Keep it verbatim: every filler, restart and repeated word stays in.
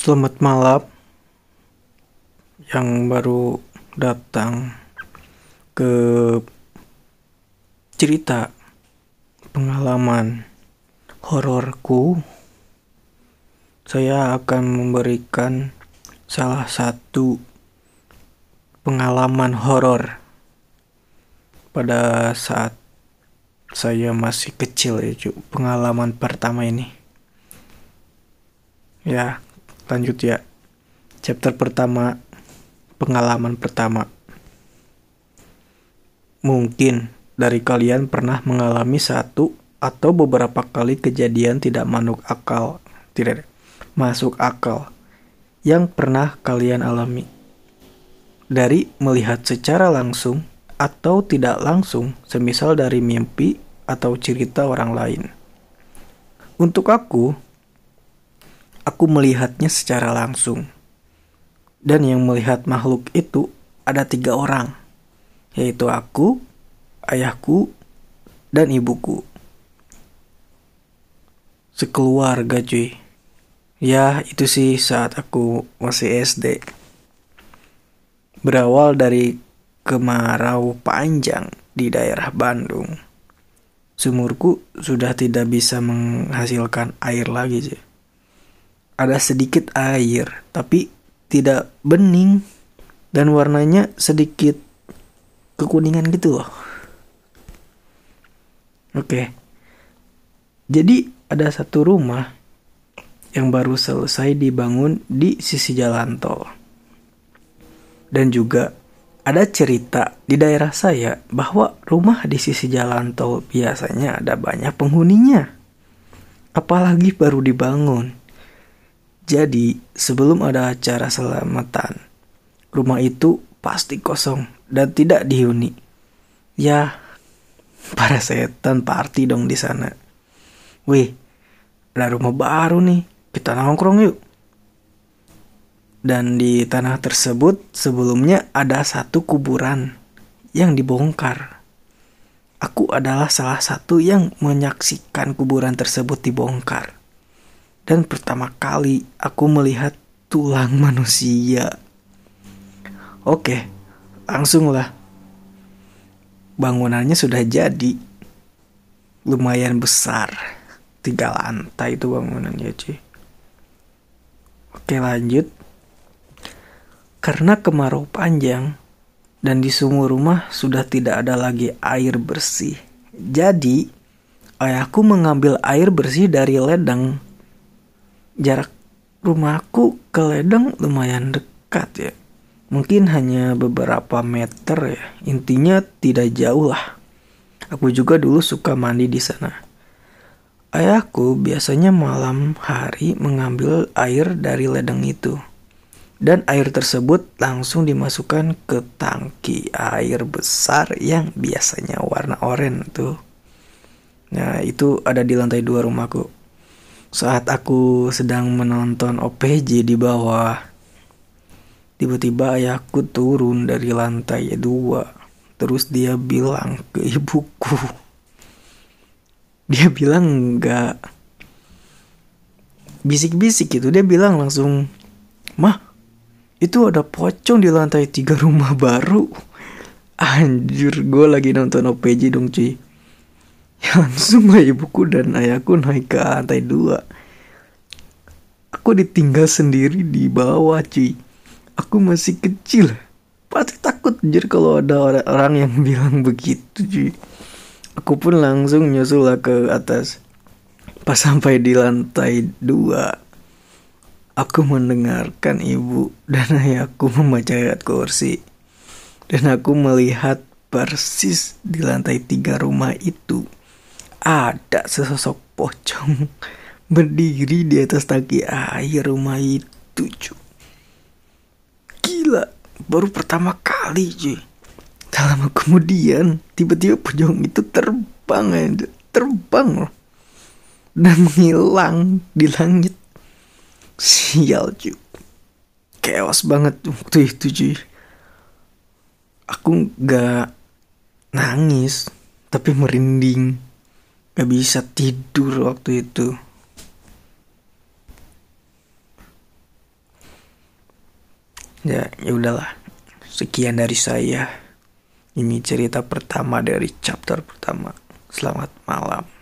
Selamat malam yang baru datang ke cerita pengalaman hororku. Saya akan memberikan salah satu pengalaman horor pada saat saya masih kecil ya, cu. Pengalaman pertama ini. Ya, lanjut ya. Chapter pertama, pengalaman pertama. Mungkin dari kalian pernah mengalami satu atau beberapa kali kejadian tidak masuk akal, tidak masuk akal yang pernah kalian alami. Dari melihat secara langsung atau tidak langsung, semisal dari mimpi atau cerita orang lain. Untuk aku, Aku melihatnya secara langsung. Dan yang melihat makhluk itu ada tiga orang. Yaitu aku, ayahku, dan ibuku. Sekeluarga cuy. Ya itu sih saat aku masih S D. Berawal dari kemarau panjang di daerah Bandung. Sumurku sudah tidak bisa menghasilkan air lagi cuy. Ada sedikit air, tapi tidak bening dan warnanya sedikit kekuningan gitu loh. Oke. Jadi ada satu rumah yang baru selesai dibangun di sisi jalan tol. Dan juga ada cerita di daerah saya bahwa rumah di sisi jalan tol biasanya ada banyak penghuninya. Apalagi baru dibangun. Jadi, sebelum ada acara selamatan, rumah itu pasti kosong dan tidak dihuni. Ya, para setan party dong di sana. Wih, ada rumah baru nih, kita nongkrong yuk. Dan di tanah tersebut sebelumnya ada satu kuburan yang dibongkar. Aku adalah salah satu yang menyaksikan kuburan tersebut dibongkar. Dan pertama kali aku melihat tulang manusia. Oke, langsung lah. Bangunannya sudah jadi. Lumayan besar. Tiga lantai itu bangunannya cuy. Oke lanjut. Karena kemarau panjang dan di sumur rumah sudah tidak ada lagi air bersih. Jadi ayahku mengambil air bersih dari ledeng. Jarak rumahku ke ledeng lumayan dekat ya. Mungkin hanya beberapa meter ya. Intinya tidak jauh lah. Aku juga dulu suka mandi di sana. Ayahku biasanya malam hari mengambil air dari ledeng itu. Dan air tersebut langsung dimasukkan ke tangki air besar yang biasanya warna oranye tuh. Nah itu ada di lantai dua rumahku. Saat aku sedang menonton O P J di bawah, tiba-tiba ayahku turun dari lantai dua. Terus dia bilang ke ibuku. Dia bilang enggak bisik-bisik gitu. Dia bilang langsung, "Mah, itu ada pocong di lantai tiga rumah baru." Anjir, gue lagi nonton O P J dong cuy. Ya langsung lah ibuku dan ayahku naik ke lantai dua. Aku ditinggal sendiri di bawah cuy. Aku masih kecil. Pasti takut anjir kalau ada orang-orang yang bilang begitu cuy. Aku pun langsung nyusul lah ke atas. Pas sampai di lantai dua, aku mendengarkan ibu dan ayahku membaca ayat kursi. Dan aku melihat persis di lantai tiga rumah itu ada sesosok pocong berdiri di atas tangki air rumah itu cuy. Gila, baru pertama kali cuy. Tak lama kemudian tiba-tiba pocong itu terbang aja, terbang loh. Dan menghilang di langit. Sial cuy. Chaos banget waktu itu cuy. Aku gak nangis, tapi merinding. Gak bisa tidur waktu itu. Ya, ya udahlah. Sekian dari saya. Ini cerita pertama dari chapter pertama. Selamat malam.